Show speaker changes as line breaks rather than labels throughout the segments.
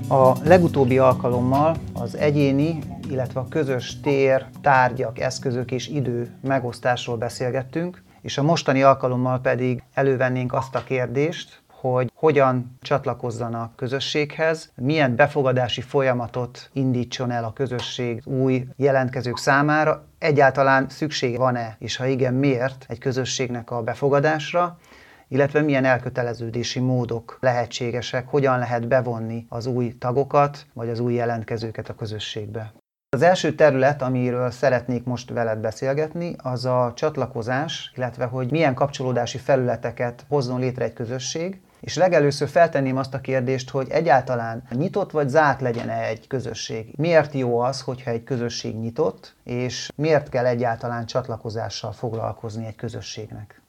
A legutóbbi alkalommal az egyéni, illetve a közös tér, tárgyak, eszközök és idő megosztásról beszélgettünk, és a mostani alkalommal pedig elővennénk azt a kérdést, hogy hogyan csatlakozzanak közösséghez, milyen befogadási folyamatot indítson el a közösség új jelentkezők számára, egyáltalán szükség van-e, és ha igen, miért egy közösségnek a befogadásra, illetve milyen elköteleződési módok lehetségesek, hogyan lehet bevonni az új tagokat, vagy az új jelentkezőket a közösségbe. Az első terület, amiről szeretnék most veled beszélgetni, az a csatlakozás, illetve hogy milyen kapcsolódási felületeket hozzon létre egy közösség, és legelőször feltenném azt a kérdést, hogy egyáltalán nyitott vagy zárt legyen-e egy közösség. Miért jó az, hogyha egy közösség nyitott, és miért kell egyáltalán csatlakozással foglalkozni egy közösségnek?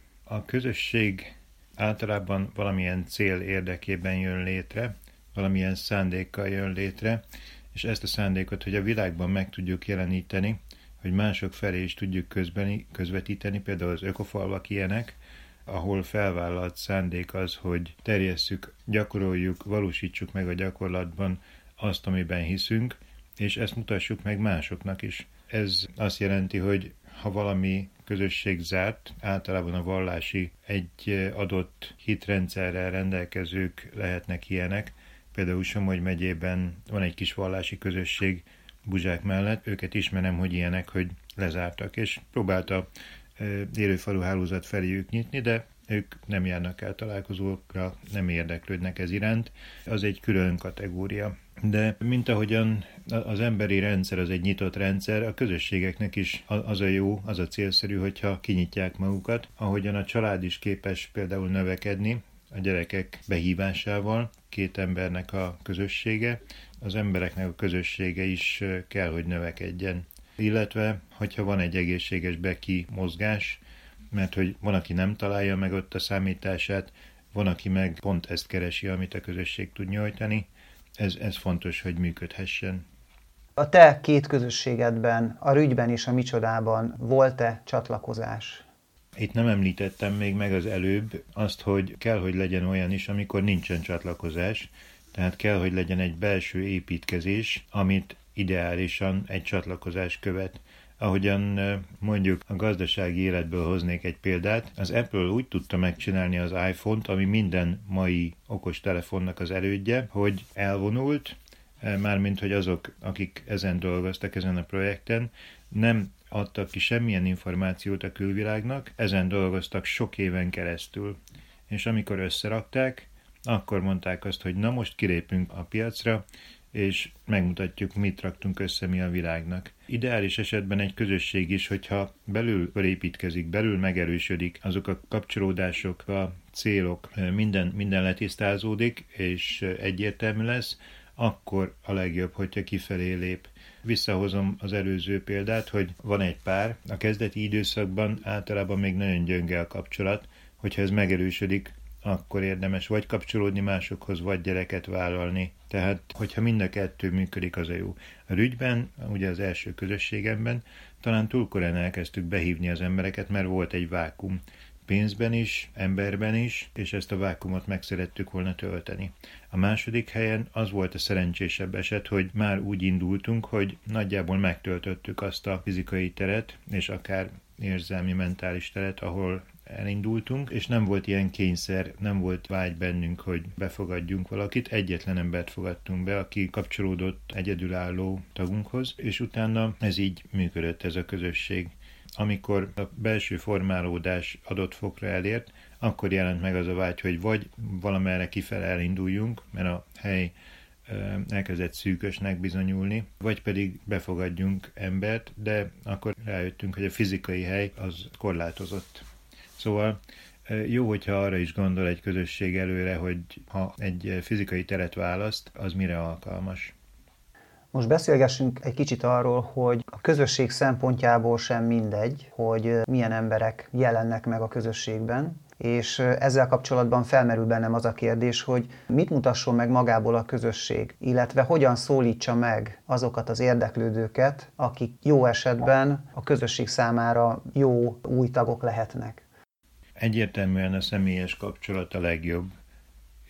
A közösség általában valamilyen cél érdekében jön létre, valamilyen szándékkal jön létre, és ezt a szándékot, hogy a világban meg tudjuk jeleníteni, hogy mások felé is tudjuk közvetíteni, például az ökofalvak ilyenek, ahol felvállalt szándék az, hogy terjesszük, gyakoroljuk, valósítsuk meg a gyakorlatban azt, amiben hiszünk, és ezt mutassuk meg másoknak is. Ez azt jelenti, hogy ha valami közösség zárt, általában a vallási egy adott hitrendszerrel rendelkezők lehetnek ilyenek. Például Somogy megyében van egy kis vallási közösség Buzsák mellett, őket ismerem, hogy ilyenek, hogy lezártak, és próbálta élőfalu hálózat feléjük nyitni, de ők nem járnak el találkozókra, nem érdeklődnek ez iránt, az egy külön kategória. De mint ahogyan az emberi rendszer az egy nyitott rendszer, a közösségeknek is az a jó, az a célszerű, hogyha kinyitják magukat, ahogyan a család is képes például növekedni a gyerekek behívásával, két embernek a közössége, az embereknek a közössége is kell, hogy növekedjen. Illetve, hogyha van egy egészséges beki mozgás, mert hogy van, aki nem találja meg ott a számítását, van, aki meg pont ezt keresi, amit a közösség tud nyújtani, ez fontos, hogy működhessen.
A te két közösségedben, a Rügyben és a Micsodában volt-e csatlakozás?
Itt nem említettem még meg az előbb azt, hogy kell, hogy legyen olyan is, amikor nincsen csatlakozás, tehát kell, hogy legyen egy belső építkezés, amit ideálisan egy csatlakozás követ. Ahogyan mondjuk a gazdasági életből hoznék egy példát, az Apple úgy tudta megcsinálni az iPhone-t, ami minden mai okostelefonnak az elődje, hogy elvonult, mármint hogy azok, akik ezen dolgoztak, ezen a projekten, nem adtak ki semmilyen információt a külvilágnak, ezen dolgoztak sok éven keresztül. És amikor összerakták, akkor mondták azt, hogy na most kilépünk a piacra, és megmutatjuk, mit raktunk össze mi a világnak. Ideális esetben egy közösség is, hogyha belül építkezik, belül megerősödik, azok a kapcsolódások, a célok, minden letisztázódik, és egyértelmű lesz, akkor a legjobb, hogyha kifelé lép. Visszahozom az előző példát, hogy van egy pár, a kezdeti időszakban általában még nagyon gyönge a kapcsolat, hogyha ez megerősödik, akkor érdemes vagy kapcsolódni másokhoz, vagy gyereket vállalni. Tehát, hogyha mind a kettő működik, az a jó. A Rügyben, ugye az első közösségemben, talán túl korán elkezdtük behívni az embereket, mert volt egy vákum. Pénzben is, emberben is, és ezt a vákumot meg szerettük volna tölteni. A második helyen az volt a szerencsésebb eset, hogy már úgy indultunk, hogy nagyjából megtöltöttük azt a fizikai teret, és akár érzelmi, mentális teret, ahol elindultunk, és nem volt ilyen kényszer, nem volt vágy bennünk, hogy befogadjunk valakit. Egyetlen embert fogadtunk be, aki kapcsolódott egyedülálló tagunkhoz, és utána ez így működött, ez a közösség. Amikor a belső formálódás adott fokra elért, akkor jelent meg az a vágy, hogy vagy valamerre kifele elinduljunk, mert a hely elkezdett szűkösnek bizonyulni, vagy pedig befogadjunk embert, de akkor rájöttünk, hogy a fizikai hely az korlátozott. Szóval jó, hogyha arra is gondol egy közösség előre, hogy ha egy fizikai teret választ, az mire alkalmas.
Most beszélgessünk egy kicsit arról, hogy a közösség szempontjából sem mindegy, hogy milyen emberek jelennek meg a közösségben, és ezzel kapcsolatban felmerül bennem az a kérdés, hogy mit mutasson meg magából a közösség, illetve hogyan szólítsa meg azokat az érdeklődőket, akik jó esetben a közösség számára jó új tagok lehetnek.
Egyértelműen a személyes kapcsolat a legjobb,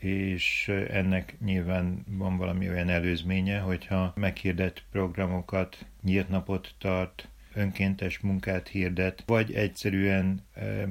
és ennek nyilván van valami olyan előzménye, hogyha meghirdet programokat, nyílt napot tart, önkéntes munkát hirdet, vagy egyszerűen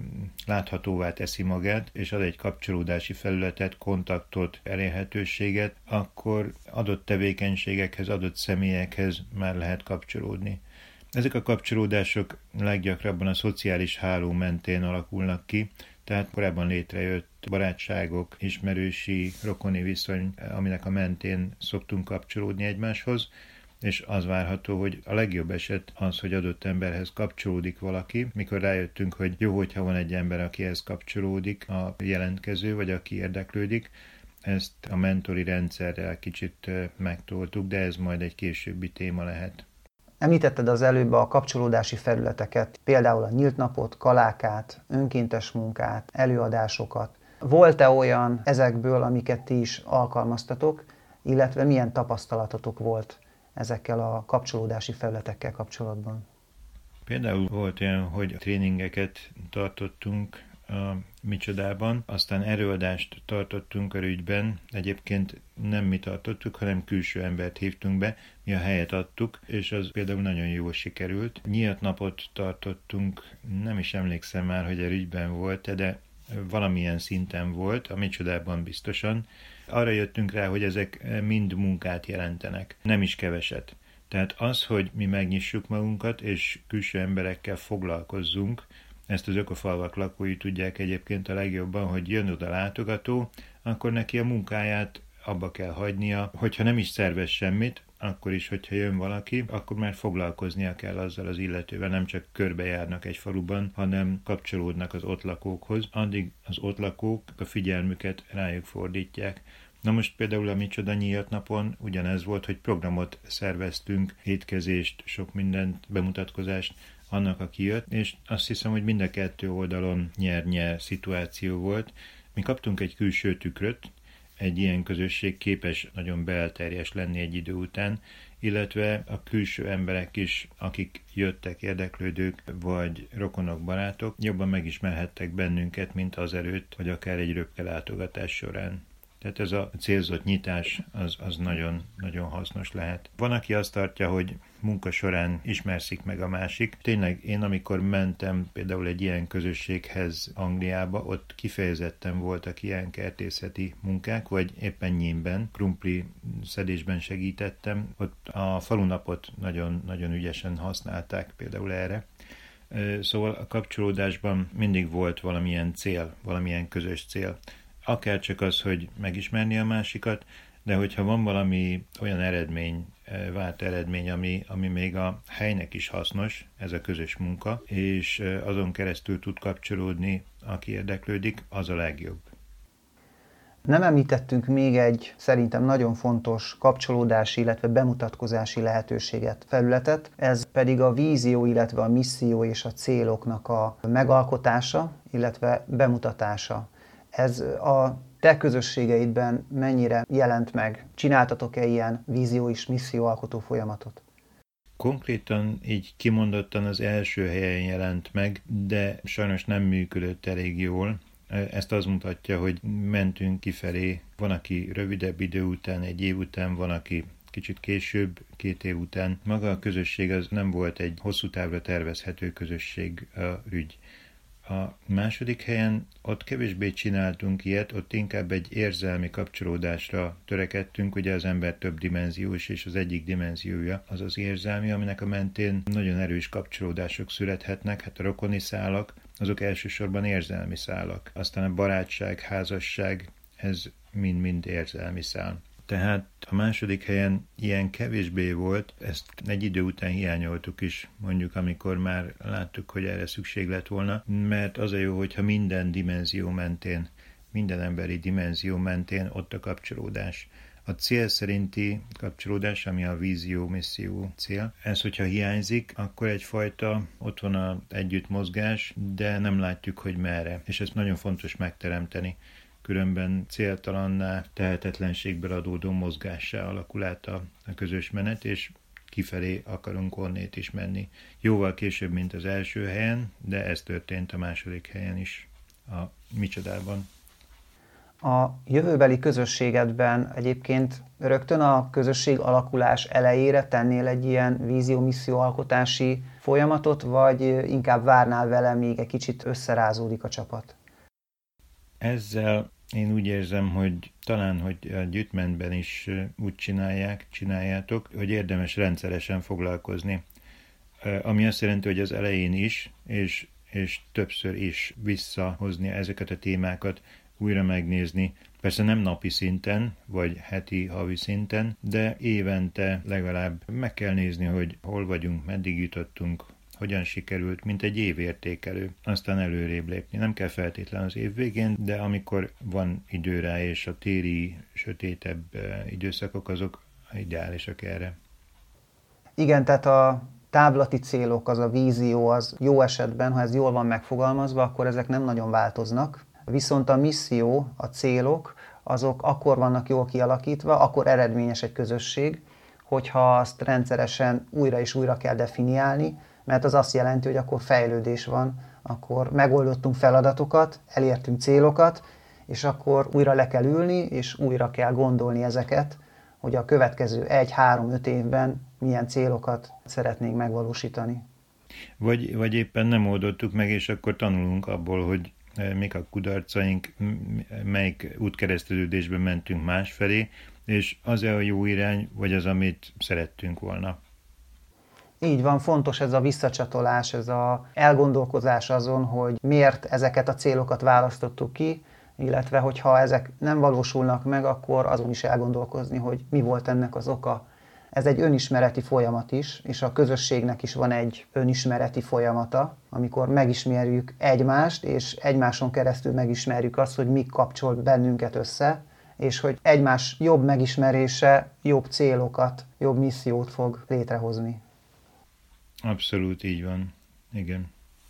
láthatóvá teszi magát, és ad egy kapcsolódási felületet, kontaktot, elérhetőséget, akkor adott tevékenységekhez, adott személyekhez már lehet kapcsolódni. Ezek a kapcsolódások leggyakrabban a szociális háló mentén alakulnak ki, tehát korábban létrejött barátságok, ismerősi, rokoni viszony, aminek a mentén szoktunk kapcsolódni egymáshoz, és az várható, hogy a legjobb eset az, hogy adott emberhez kapcsolódik valaki, mikor rájöttünk, hogy jó, hogyha van egy ember, akihez kapcsolódik a jelentkező, vagy aki érdeklődik. Ezt a mentori rendszerrel kicsit megtoltuk, de ez majd egy későbbi téma lehet.
Említetted az előbb a kapcsolódási felületeket, például a nyílt napot, kalákát, önkéntes munkát, előadásokat. Volt-e olyan ezekből, amiket ti is alkalmaztatok, illetve milyen tapasztalatotok volt ezekkel a kapcsolódási felületekkel kapcsolatban?
Például volt olyan, hogy tréningeket tartottunk a Micsodában, aztán előadást tartottunk a Rügyben, egyébként nem mi tartottuk, hanem külső embert hívtunk be, mi a helyet adtuk, és az például nagyon jól sikerült. Nyílt napot tartottunk, nem is emlékszem már, hogy a Rügyben volt, de valamilyen szinten volt, a Micsodában biztosan. Arra jöttünk rá, hogy ezek mind munkát jelentenek, nem is keveset. Tehát az, hogy mi megnyissuk magunkat, és külső emberekkel foglalkozzunk, ezt az ökofalvak lakói tudják egyébként a legjobban, hogy jön oda látogató, akkor neki a munkáját abba kell hagynia, hogyha nem is szervez semmit, akkor is, hogyha jön valaki, akkor már foglalkoznia kell azzal az illetővel, nem csak körbejárnak egy faluban, hanem kapcsolódnak az ott lakókhoz, addig az ott lakók a figyelmüket rájuk fordítják. Na most például a Micsoda nyílt napon ugyanez volt, hogy programot szerveztünk, étkezést, sok mindent, bemutatkozást annak, aki jött, és azt hiszem, hogy mind a kettő oldalon nyer-nyer szituáció volt. Mi kaptunk egy külső tükröt, egy ilyen közösség képes nagyon belterjes lenni egy idő után, illetve a külső emberek is, akik jöttek, érdeklődők, vagy rokonok, barátok, jobban megismerhettek bennünket, mint azelőtt, vagy akár egy röpke látogatás során. Tehát ez a célzott nyitás az nagyon, nagyon hasznos lehet. Van, aki azt tartja, hogy munka során ismerszik meg a másik. Tényleg én, amikor mentem például egy ilyen közösséghez Angliába, ott kifejezetten voltak ilyen kertészeti munkák, vagy éppen Nyímben, krumpli szedésben segítettem. Ott a falunapot nagyon, nagyon ügyesen használták például erre. Szóval a kapcsolódásban mindig volt valamilyen cél, valamilyen közös cél. Akár csak az, hogy megismerni a másikat, de hogyha van valami olyan eredmény, várt eredmény, ami még a helynek is hasznos, ez a közös munka, és azon keresztül tud kapcsolódni, aki érdeklődik, az a legjobb.
Nem említettünk még egy szerintem nagyon fontos kapcsolódási, illetve bemutatkozási lehetőséget, felületet, ez pedig a vízió, illetve a misszió és a céloknak a megalkotása, illetve bemutatása. Ez a te közösségeidben mennyire jelent meg? Csináltatok-e ilyen vízió és misszióalkotó folyamatot?
Konkrétan így kimondottan az első helyen jelent meg, de sajnos nem működött elég jól. Ezt az mutatja, hogy mentünk kifelé, van, aki rövidebb idő után, egy év után, van, aki kicsit később, 2 év után. Maga a közösség az nem volt egy hosszú távra tervezhető közösség, a Rügy. A második helyen ott kevésbé csináltunk ilyet, ott inkább egy érzelmi kapcsolódásra törekedtünk, ugye az ember több dimenziós, és az egyik dimenziója az az érzelmi, aminek a mentén nagyon erős kapcsolódások születhetnek, hát a rokoni szálak, azok elsősorban érzelmi szálak. Aztán a barátság, házasság, ez mind-mind érzelmi szál. Tehát a második helyen ilyen kevésbé volt, ezt egy idő után hiányoltuk is, mondjuk amikor már láttuk, hogy erre szükség lett volna, mert az a jó, hogyha minden dimenzió mentén, minden emberi dimenzió mentén ott a kapcsolódás. A cél szerinti kapcsolódás, ami a vízió, misszió cél, ez, hogyha hiányzik, akkor egyfajta ott van az együttmozgás, de nem látjuk, hogy merre, és ezt nagyon fontos megteremteni. Különben céltalanná, tehetetlenségből adódó mozgássá alakul át a közös menet, és kifelé akarunk onnét is menni. Jóval később, mint az első helyen, de ez történt a második helyen is, a Micsodában.
A jövőbeli közösségedben egyébként rögtön a közösség alakulás elejére tennél egy ilyen vízió-misszió alkotási folyamatot, vagy inkább várnál vele, míg egy kicsit összerázódik a csapat?
Ezzel én úgy érzem, hogy talán, hogy a Gyütmentben is úgy csináljátok, hogy érdemes rendszeresen foglalkozni. Ami azt jelenti, hogy az elején is, és többször is visszahozni ezeket a témákat, újra megnézni. Persze nem napi szinten, vagy heti, havi szinten, de évente legalább meg kell nézni, hogy hol vagyunk, meddig jutottunk, hogyan sikerült, mint egy évértékelő, aztán előrébb lépni. Nem kell feltétlenül az év végén, de amikor van idő rá, és a téli, sötétebb időszakok, azok ideálisak erre.
Igen, tehát a távlati célok, az a vízió, az jó esetben, ha ez jól van megfogalmazva, akkor ezek nem nagyon változnak. Viszont a misszió, a célok, azok akkor vannak jól kialakítva, akkor eredményes egy közösség, hogyha azt rendszeresen újra és újra kell definiálni, mert az azt jelenti, hogy akkor fejlődés van, akkor megoldottunk feladatokat, elértünk célokat, és akkor újra le kell ülni, és újra kell gondolni ezeket, hogy a következő 1-3-5 évben milyen célokat szeretnénk megvalósítani.
Vagy éppen nem oldottuk meg, és akkor tanulunk abból, hogy mik a kudarcaink, melyik útkereszteződésben mentünk másfelé, és az-e a jó irány, vagy az, amit szerettünk volna.
Így van, fontos ez a visszacsatolás, ez az elgondolkozás azon, hogy miért ezeket a célokat választottuk ki, illetve hogyha ezek nem valósulnak meg, akkor azon is elgondolkozni, hogy mi volt ennek az oka. Ez egy önismereti folyamat is, és a közösségnek is van egy önismereti folyamata, amikor megismerjük egymást, és egymáson keresztül megismerjük azt, hogy mi kapcsol bennünket össze, és hogy egymás jobb megismerése jobb célokat, jobb missziót fog létrehozni.
Abszolút így van. Igen.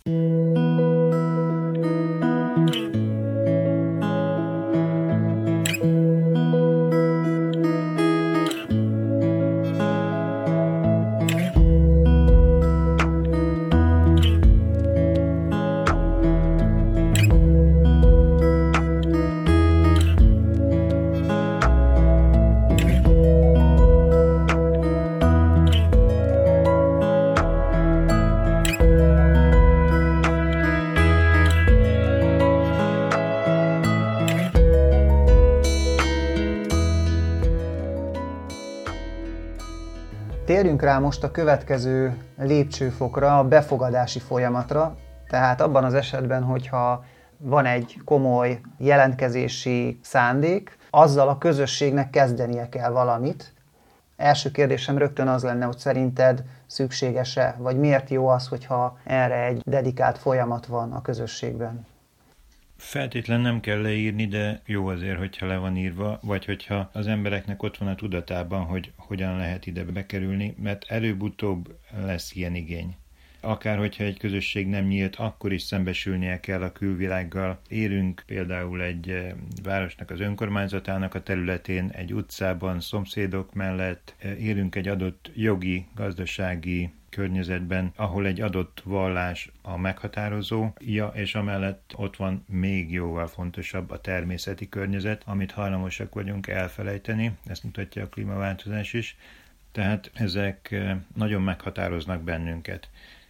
Térjünk rá most a következő lépcsőfokra, a befogadási folyamatra. Tehát abban az esetben, hogyha van egy komoly jelentkezési szándék, azzal a közösségnek kezdenie kell valamit. Első kérdésem rögtön az lenne, hogy szerinted szükséges-e, vagy miért jó az, hogyha erre egy dedikált folyamat van a közösségben?
Feltétlen nem kell leírni, de jó azért, hogyha le van írva, vagy hogyha az embereknek ott van a tudatában, hogy hogyan lehet ide bekerülni, mert előbb-utóbb lesz ilyen igény. Akár hogyha egy közösség nem nyílt, akkor is szembesülnie kell a külvilággal. Élünk például egy városnak az önkormányzatának a területén, egy utcában, szomszédok mellett, élünk egy adott jogi, gazdasági környezetben, ahol egy adott vallás a meghatározó, és amellett ott van még jóval fontosabb a természeti környezet, amit hajlamosak vagyunk elfelejteni, ezt mutatja a klímaváltozás is, tehát ezek nagyon meghatároznak bennünket,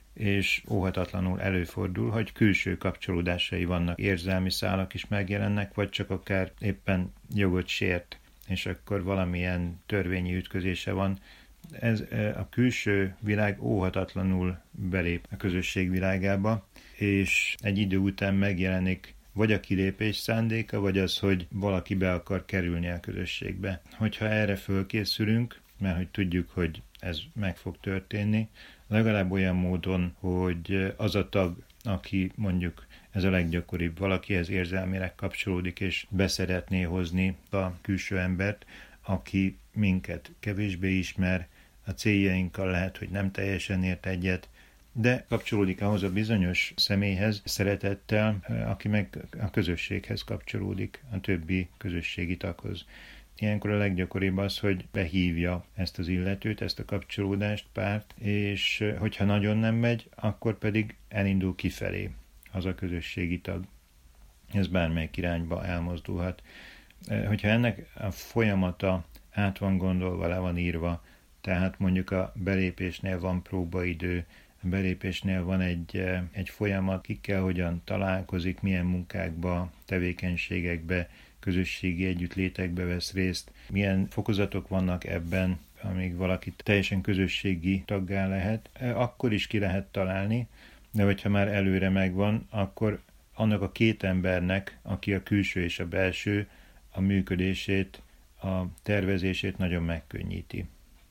és óhatatlanul előfordul, hogy külső kapcsolódásai vannak, érzelmi szálak is megjelennek, vagy csak akár éppen jogot sért, és akkor valamilyen törvényi ütközése van. Ez a külső világ óhatatlanul belép a közösség világába, és egy idő után megjelenik vagy a kilépés szándéka, vagy az, hogy valaki be akar kerülni a közösségbe. Hogyha erre fölkészülünk, mert hogy tudjuk, hogy ez meg fog történni, legalább olyan módon, hogy az a tag, aki mondjuk ez a leggyakoribb, valakihez érzelmileg kapcsolódik, és beszeretné hozni a külső embert, aki minket kevésbé ismer, a céljainkkal lehet, hogy nem teljesen ért egyet, de kapcsolódik ahhoz a bizonyos személyhez szeretettel, aki meg a közösséghez kapcsolódik, a többi közösségi taghoz. Ilyenkor a leggyakoribb az, hogy behívja ezt az illetőt, ezt a kapcsolódást, párt, és hogyha nagyon nem megy, akkor pedig elindul kifelé az a közösségi tag. ez bármelyik irányba elmozdulhat. Hogyha ennek a folyamata át van gondolva, le van írva, tehát mondjuk a belépésnél van próbaidő, a belépésnél van egy folyamat, kikkel hogyan találkozik, milyen munkákba, tevékenységekbe, közösségi együttlétekbe vesz részt, milyen fokozatok vannak ebben, amíg valaki teljesen közösségi taggá lehet, akkor is ki lehet találni, de hogyha már előre megvan, akkor annak a két embernek, aki a külső és a belső, a működését, a tervezését nagyon megkönnyíti.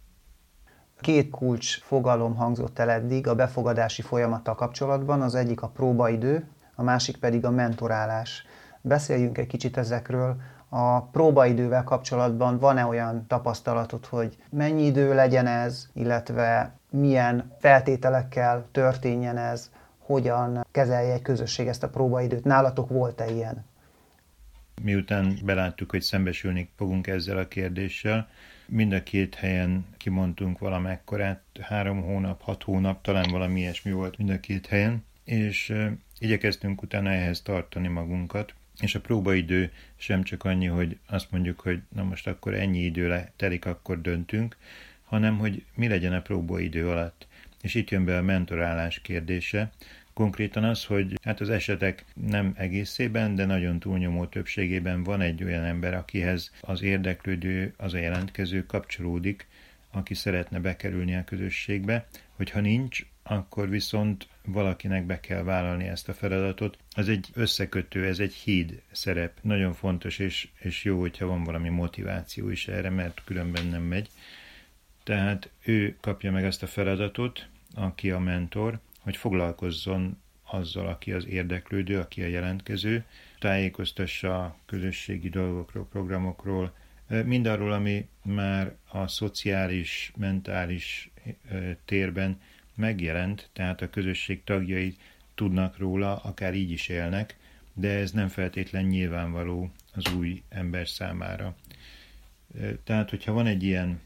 Két kulcs fogalom hangzott el eddig a befogadási folyamattal kapcsolatban, az egyik a próbaidő, a másik pedig a mentorálás. Beszéljünk egy kicsit ezekről. A próbaidővel kapcsolatban van-e olyan tapasztalatod, hogy mennyi idő legyen ez, illetve milyen feltételekkel történjen ez, hogyan kezelje egy közösség ezt a próbaidőt? Nálatok volt-e ilyen?
Miután beláttuk, hogy szembesülni fogunk ezzel a kérdéssel, mind a két helyen kimondtunk valamekkorát, 3 hónap, 6 hónap, talán valami ilyesmi volt mind a két helyen, és igyekeztünk utána ehhez tartani magunkat, és a próbaidő sem csak annyi, hogy azt mondjuk, hogy na most akkor ennyi idő telik, akkor döntünk, hanem hogy mi legyen a próbaidő alatt. És itt jön be a mentorálás kérdése, konkrétan az, hogy hát az esetek nem egészében, de nagyon túlnyomó többségében van egy olyan ember, akihez az érdeklődő, az a jelentkező kapcsolódik, aki szeretne bekerülni a közösségbe, hogyha nincs, akkor viszont valakinek be kell vállalni ezt a feladatot. Ez egy összekötő, ez egy híd szerep. Nagyon fontos, és jó, hogyha van valami motiváció is erre, mert különben nem megy. Tehát ő kapja meg ezt a feladatot, aki a mentor, hogy foglalkozzon azzal, aki az érdeklődő, aki a jelentkező, tájékoztassa a közösségi dolgokról, programokról, mindarról, ami már a szociális, mentális térben megjelent, tehát a közösség tagjai tudnak róla, akár így is élnek, de ez nem feltétlen nyilvánvaló az új ember számára. Tehát, hogyha van egy ilyen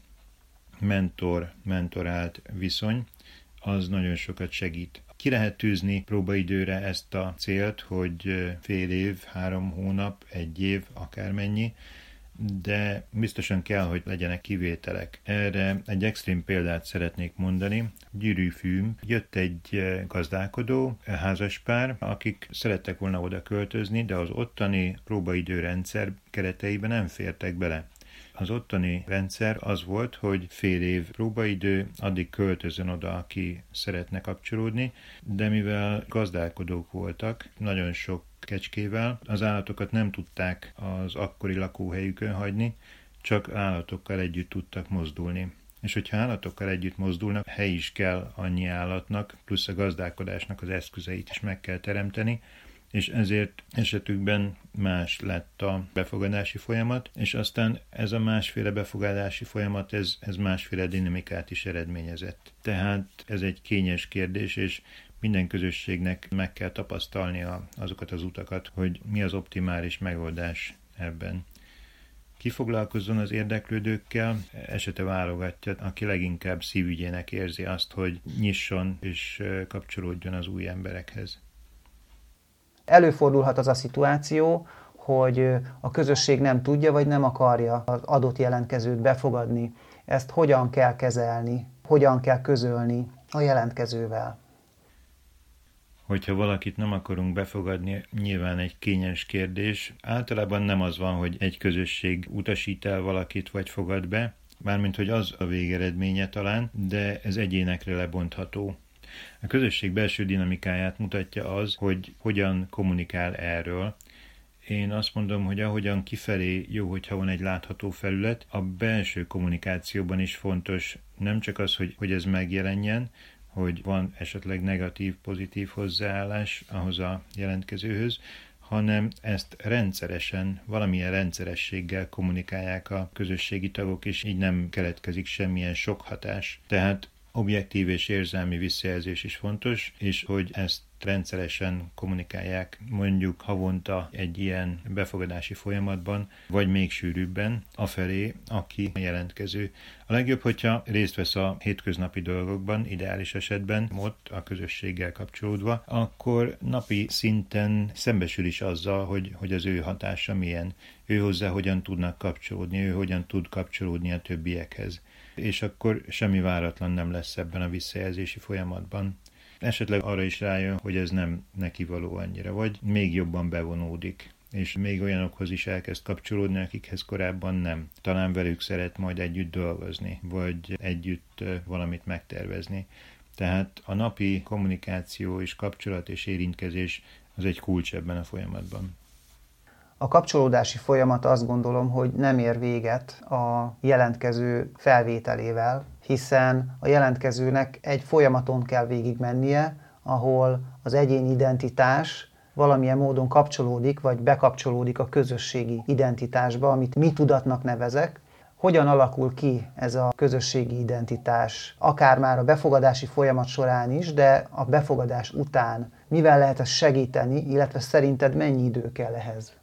mentorált viszony, az nagyon sokat segít. Ki lehet tűzni próbaidőre ezt a célt, hogy fél év, 3 hónap, 1 év, akármennyi, de biztosan kell, hogy legyenek kivételek. Erre egy extrém példát szeretnék mondani. Gyűrűfűm, jött egy gazdálkodó, házaspár, akik szerettek volna oda költözni, de az ottani próbaidőrendszer kereteiben nem fértek bele. Az ottani rendszer az volt, hogy fél év próbaidő, addig költözön oda, aki szeretne kapcsolódni, de mivel gazdálkodók voltak, nagyon sok kecskével, az állatokat nem tudták az akkori lakóhelyükön hagyni, csak állatokkal együtt tudtak mozdulni. És hogyha állatokkal együtt mozdulnak, hely is kell annyi állatnak, plusz a gazdálkodásnak az eszközeit is meg kell teremteni, és ezért esetükben más lett a befogadási folyamat, és aztán ez a másféle befogadási folyamat, ez másféle dinamikát is eredményezett. Tehát ez egy kényes kérdés, és minden közösségnek meg kell tapasztalnia azokat az utakat, hogy mi az optimális megoldás ebben. Ki foglalkozzon az érdeklődőkkel, esete válogatja, aki leginkább szívügyének érzi azt, hogy nyisson és kapcsolódjon az új emberekhez.
Előfordulhat az a szituáció, hogy a közösség nem tudja, vagy nem akarja az adott jelentkezőt befogadni. Ezt hogyan kell kezelni, hogyan kell közölni a jelentkezővel?
Hogyha valakit nem akarunk befogadni, nyilván egy kényes kérdés. Általában nem az van, hogy egy közösség utasít el valakit, vagy fogad be, mármint hogy az a végeredménye talán, de ez egyénekre lebontható. A közösség belső dinamikáját mutatja az, hogy hogyan kommunikál erről. Én azt mondom, hogy ahogyan kifelé jó, hogyha van egy látható felület, a belső kommunikációban is fontos nem csak az, hogy ez megjelenjen, hogy van esetleg negatív, pozitív hozzáállás ahhoz a jelentkezőhöz, hanem ezt rendszeresen, valamilyen rendszerességgel kommunikálják a közösségi tagok, és így nem keletkezik semmilyen sok hatás. Tehát objektív és érzelmi visszajelzés is fontos, és hogy ezt rendszeresen kommunikálják, mondjuk havonta egy ilyen befogadási folyamatban, vagy még sűrűbben afelé, aki a jelentkező. A legjobb, hogyha részt vesz a hétköznapi dolgokban, ideális esetben ott a közösséggel kapcsolódva, akkor napi szinten szembesül is azzal, hogy az ő hatása milyen, ő hozzá hogyan tudnak kapcsolódni, ő hogyan tud kapcsolódni a többiekhez. És akkor semmi váratlan nem lesz ebben a visszajelzési folyamatban. Esetleg arra is rájön, hogy ez nem neki való annyira, vagy még jobban bevonódik, és még olyanokhoz is elkezd kapcsolódni, akikhez korábban nem. Talán velük szeret majd együtt dolgozni, vagy együtt valamit megtervezni. Tehát a napi kommunikáció és kapcsolat és érintkezés az egy kulcs ebben a folyamatban.
A kapcsolódási folyamat, azt gondolom, hogy nem ér véget a jelentkező felvételével, hiszen a jelentkezőnek egy folyamaton kell végigmennie, ahol az egyéni identitás valamilyen módon kapcsolódik, vagy bekapcsolódik a közösségi identitásba, amit mi tudatnak nevezek. Hogyan alakul ki ez a közösségi identitás, akár már a befogadási folyamat során is, de a befogadás után mivel lehet ezt segíteni, illetve szerinted mennyi idő kell ehhez?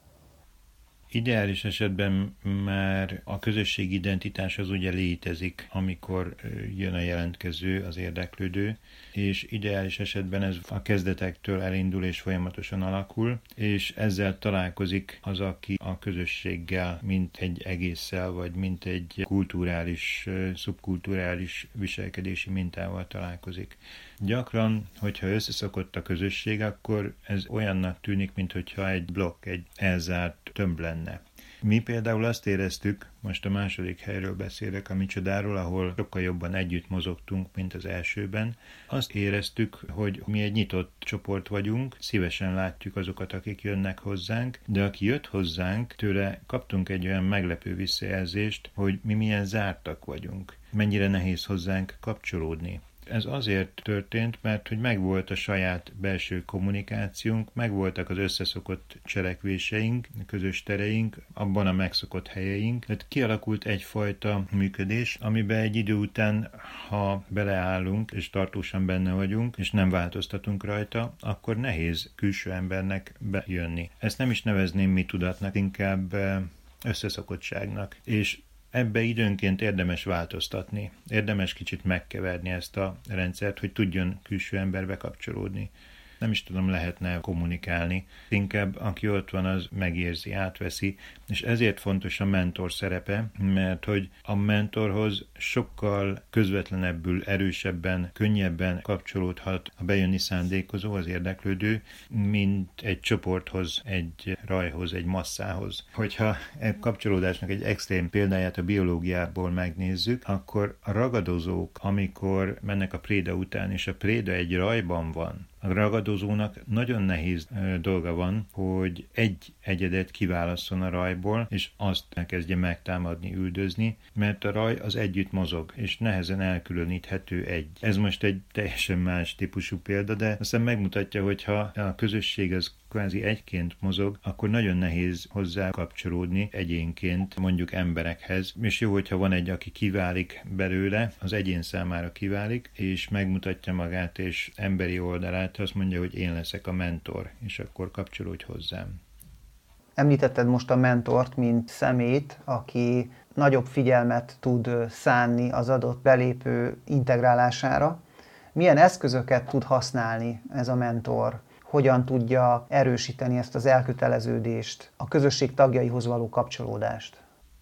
Ideális esetben már a közösségi identitás az ugye létezik, amikor jön a jelentkező, az érdeklődő, és ideális esetben ez a kezdetektől elindul és folyamatosan alakul, és ezzel találkozik az, aki a közösséggel, mint egy egésszel, vagy mint egy kulturális, szubkulturális viselkedési mintával találkozik. Gyakran, hogyha összeszokott a közösség, akkor ez olyannak tűnik, mintha egy blokk, egy elzárt tömb lenne. Mi például azt éreztük, most a második helyről beszélek, a Micsodáról, ahol sokkal jobban együtt mozogtunk, mint az elsőben. Azt éreztük, hogy mi egy nyitott csoport vagyunk, szívesen látjuk azokat, akik jönnek hozzánk, de aki jött hozzánk, tőle kaptunk egy olyan meglepő visszajelzést, hogy mi milyen zártak vagyunk, mennyire nehéz hozzánk kapcsolódni. Ez azért történt, mert hogy megvolt a saját belső kommunikációnk, megvoltak az összeszokott cselekvéseink, közös tereink, abban a megszokott helyeink. Tehát kialakult egyfajta működés, amiben egy idő után, ha beleállunk, és tartósan benne vagyunk, és nem változtatunk rajta, akkor nehéz külső embernek bejönni. Ezt nem is nevezném mi tudatnak, inkább összeszokottságnak. És ebbe időnként érdemes változtatni, érdemes kicsit megkeverni ezt a rendszert, hogy tudjon külső ember bekapcsolódni. Nem is tudom, lehetne kommunikálni. Inkább aki ott van, az megérzi, átveszi, és ezért fontos a mentor szerepe, mert hogy a mentorhoz sokkal közvetlenebbül, erősebben, könnyebben kapcsolódhat a bejönni szándékozó, az érdeklődő, mint egy csoporthoz, egy rajhoz, egy masszához. Hogyha egy kapcsolódásnak egy extrém példáját a biológiából megnézzük, akkor a ragadozók, amikor mennek a préda után, és a préda egy rajban van, a ragadozónak nagyon nehéz dolga van, hogy egy egyedet kiválasszon a rajból, és azt elkezdje megtámadni, üldözni, mert a raj az együtt mozog, és nehezen elkülöníthető egy. Ez most egy teljesen más típusú példa, de aztán megmutatja, hogy ha a közösség az kvázi egyként mozog, akkor nagyon nehéz hozzá kapcsolódni egyénként, mondjuk emberekhez. És jó, hogyha van egy, aki kiválik belőle, az egyén számára kiválik, és megmutatja magát, és emberi oldalát, azt mondja, hogy én leszek a mentor, és akkor kapcsolódj hozzám.
Említetted most a mentort, mint személyt, aki nagyobb figyelmet tud szánni az adott belépő integrálására. Milyen eszközöket tud használni ez a mentor? Hogyan tudja erősíteni ezt az elköteleződést, a közösség tagjaihoz való kapcsolódást?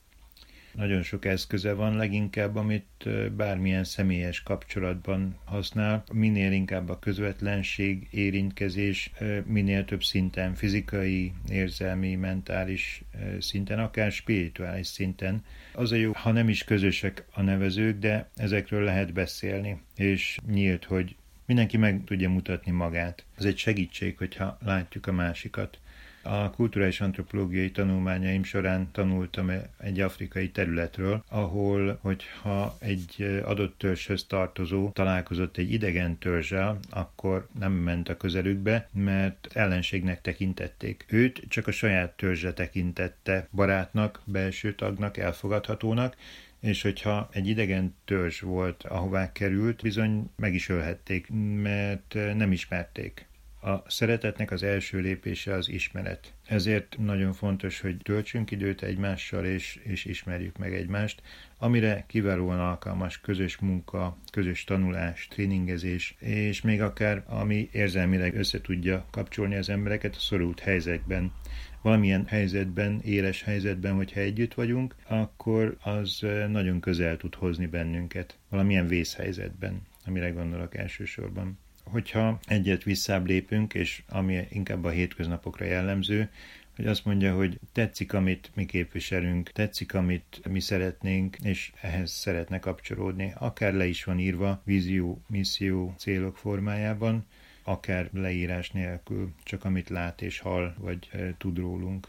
Nagyon sok eszköze van, leginkább, amit bármilyen személyes kapcsolatban használ. Minél inkább a közvetlenség, érintkezés, minél több szinten, fizikai, érzelmi, mentális szinten, akár spirituális szinten. Az a jó, ha nem is közösek a nevezők, de ezekről lehet beszélni, és nyílt, hogy mindenki meg tudja mutatni magát. Ez egy segítség, hogyha látjuk a másikat. A kulturális antropológiai tanulmányaim során tanultam egy afrikai területről, ahol, hogyha egy adott törzshöz tartozó találkozott egy idegen törzsel, akkor nem ment a közelükbe, mert ellenségnek tekintették. Őt csak a saját törzse tekintette barátnak, belső tagnak, elfogadhatónak, és hogyha egy idegen törzs volt, ahová került, bizony meg is ölhették, mert nem ismerték. A szeretetnek az első lépése az ismeret. Ezért nagyon fontos, hogy töltsünk időt egymással, és ismerjük meg egymást, amire kiválóan alkalmas közös munka, közös tanulás, tréningezés, és még akár ami érzelmileg össze tudja kapcsolni az embereket a szorult helyzetben. Valamilyen helyzetben, éles helyzetben, hogyha együtt vagyunk, akkor az nagyon közel tud hozni bennünket. Valamilyen vészhelyzetben, amire gondolok elsősorban. Hogyha egyet visszább lépünk, és ami inkább a hétköznapokra jellemző, hogy azt mondja, hogy tetszik, amit mi képviselünk, tetszik, amit mi szeretnénk, és ehhez szeretne kapcsolódni. Akár le is van írva vízió, misszió, célok formájában, akár leírás nélkül, csak amit lát és hall, vagy tud rólunk.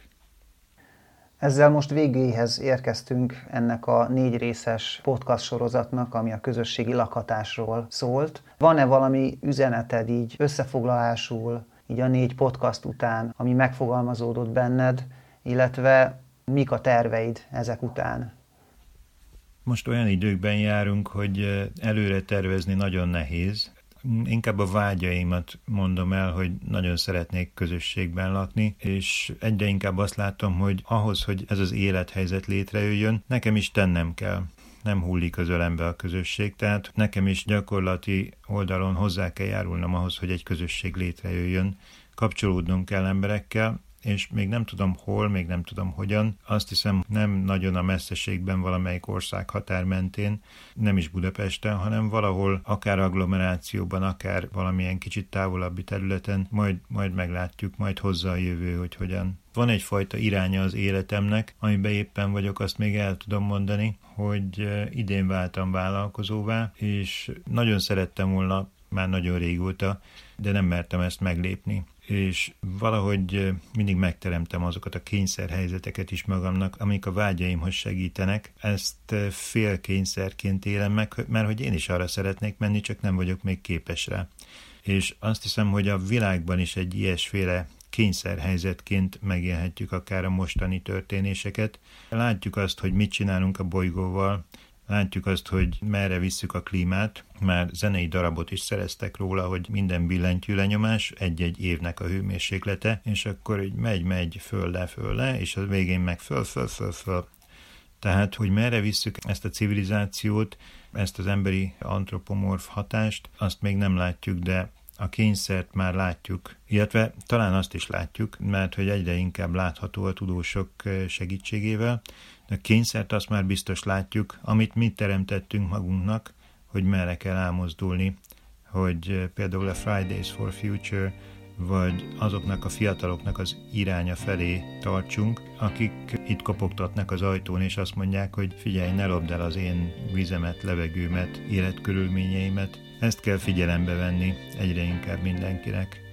Ezzel most végéhez érkeztünk ennek a 4 részes podcast sorozatnak, ami a közösségi lakhatásról szólt. Van-e valami üzeneted így összefoglalásul, így a 4 podcast után, ami megfogalmazódott benned, illetve mik a terveid ezek után?
Most olyan időkben járunk, hogy előre tervezni nagyon nehéz. Inkább a vágyaimat mondom el, hogy nagyon szeretnék közösségben lakni, és egyre inkább azt látom, hogy ahhoz, hogy ez az élethelyzet létrejöjjön, nekem is tennem kell. Nem hullik az ölembe a közösség, tehát nekem is gyakorlati oldalon hozzá kell járulnom ahhoz, hogy egy közösség létrejöjjön. Kapcsolódnom kell emberekkel, és még nem tudom hol, még nem tudom hogyan. Azt hiszem, nem nagyon a messzeségben valamelyik ország határ mentén, nem is Budapesten, hanem valahol, akár agglomerációban, akár valamilyen kicsit távolabbi területen, majd meglátjuk, majd hozza a jövő, hogy hogyan. Van egyfajta iránya az életemnek, amiben éppen vagyok, azt még el tudom mondani, hogy idén váltam vállalkozóvá, és nagyon szerettem volna már nagyon régóta, de nem mertem ezt meglépni. És valahogy mindig megteremtem azokat a kényszerhelyzeteket is magamnak, amik a vágyaimhoz segítenek. Ezt félkényszerként élem meg, mert hogy én is arra szeretnék menni, csak nem vagyok még képes rá. És azt hiszem, hogy a világban is egy ilyesféle kényszerhelyzetként megélhetjük akár a mostani történéseket. Látjuk azt, hogy mit csinálunk a bolygóval, látjuk azt, hogy merre visszük a klímát, már zenei darabot is szereztek róla, hogy minden billentyű lenyomás egy-egy évnek a hőmérséklete, és akkor így megy föl-le, és a végén meg föl. Tehát, hogy merre visszük ezt a civilizációt, ezt az emberi antropomorf hatást, azt még nem látjuk, de a kényszert már látjuk, illetve talán azt is látjuk, mert hogy egyre inkább látható a tudósok segítségével, de a kényszert azt már biztos látjuk, amit mi teremtettünk magunknak, hogy merre kell elmozdulni, hogy például a Fridays for Future, vagy azoknak a fiataloknak az iránya felé tartsunk, akik itt kopogtatnak az ajtón, és azt mondják, hogy figyelj, ne lopd el az én vizemet, levegőmet, életkörülményeimet. Ezt kell figyelembe venni egyre inkább mindenkinek.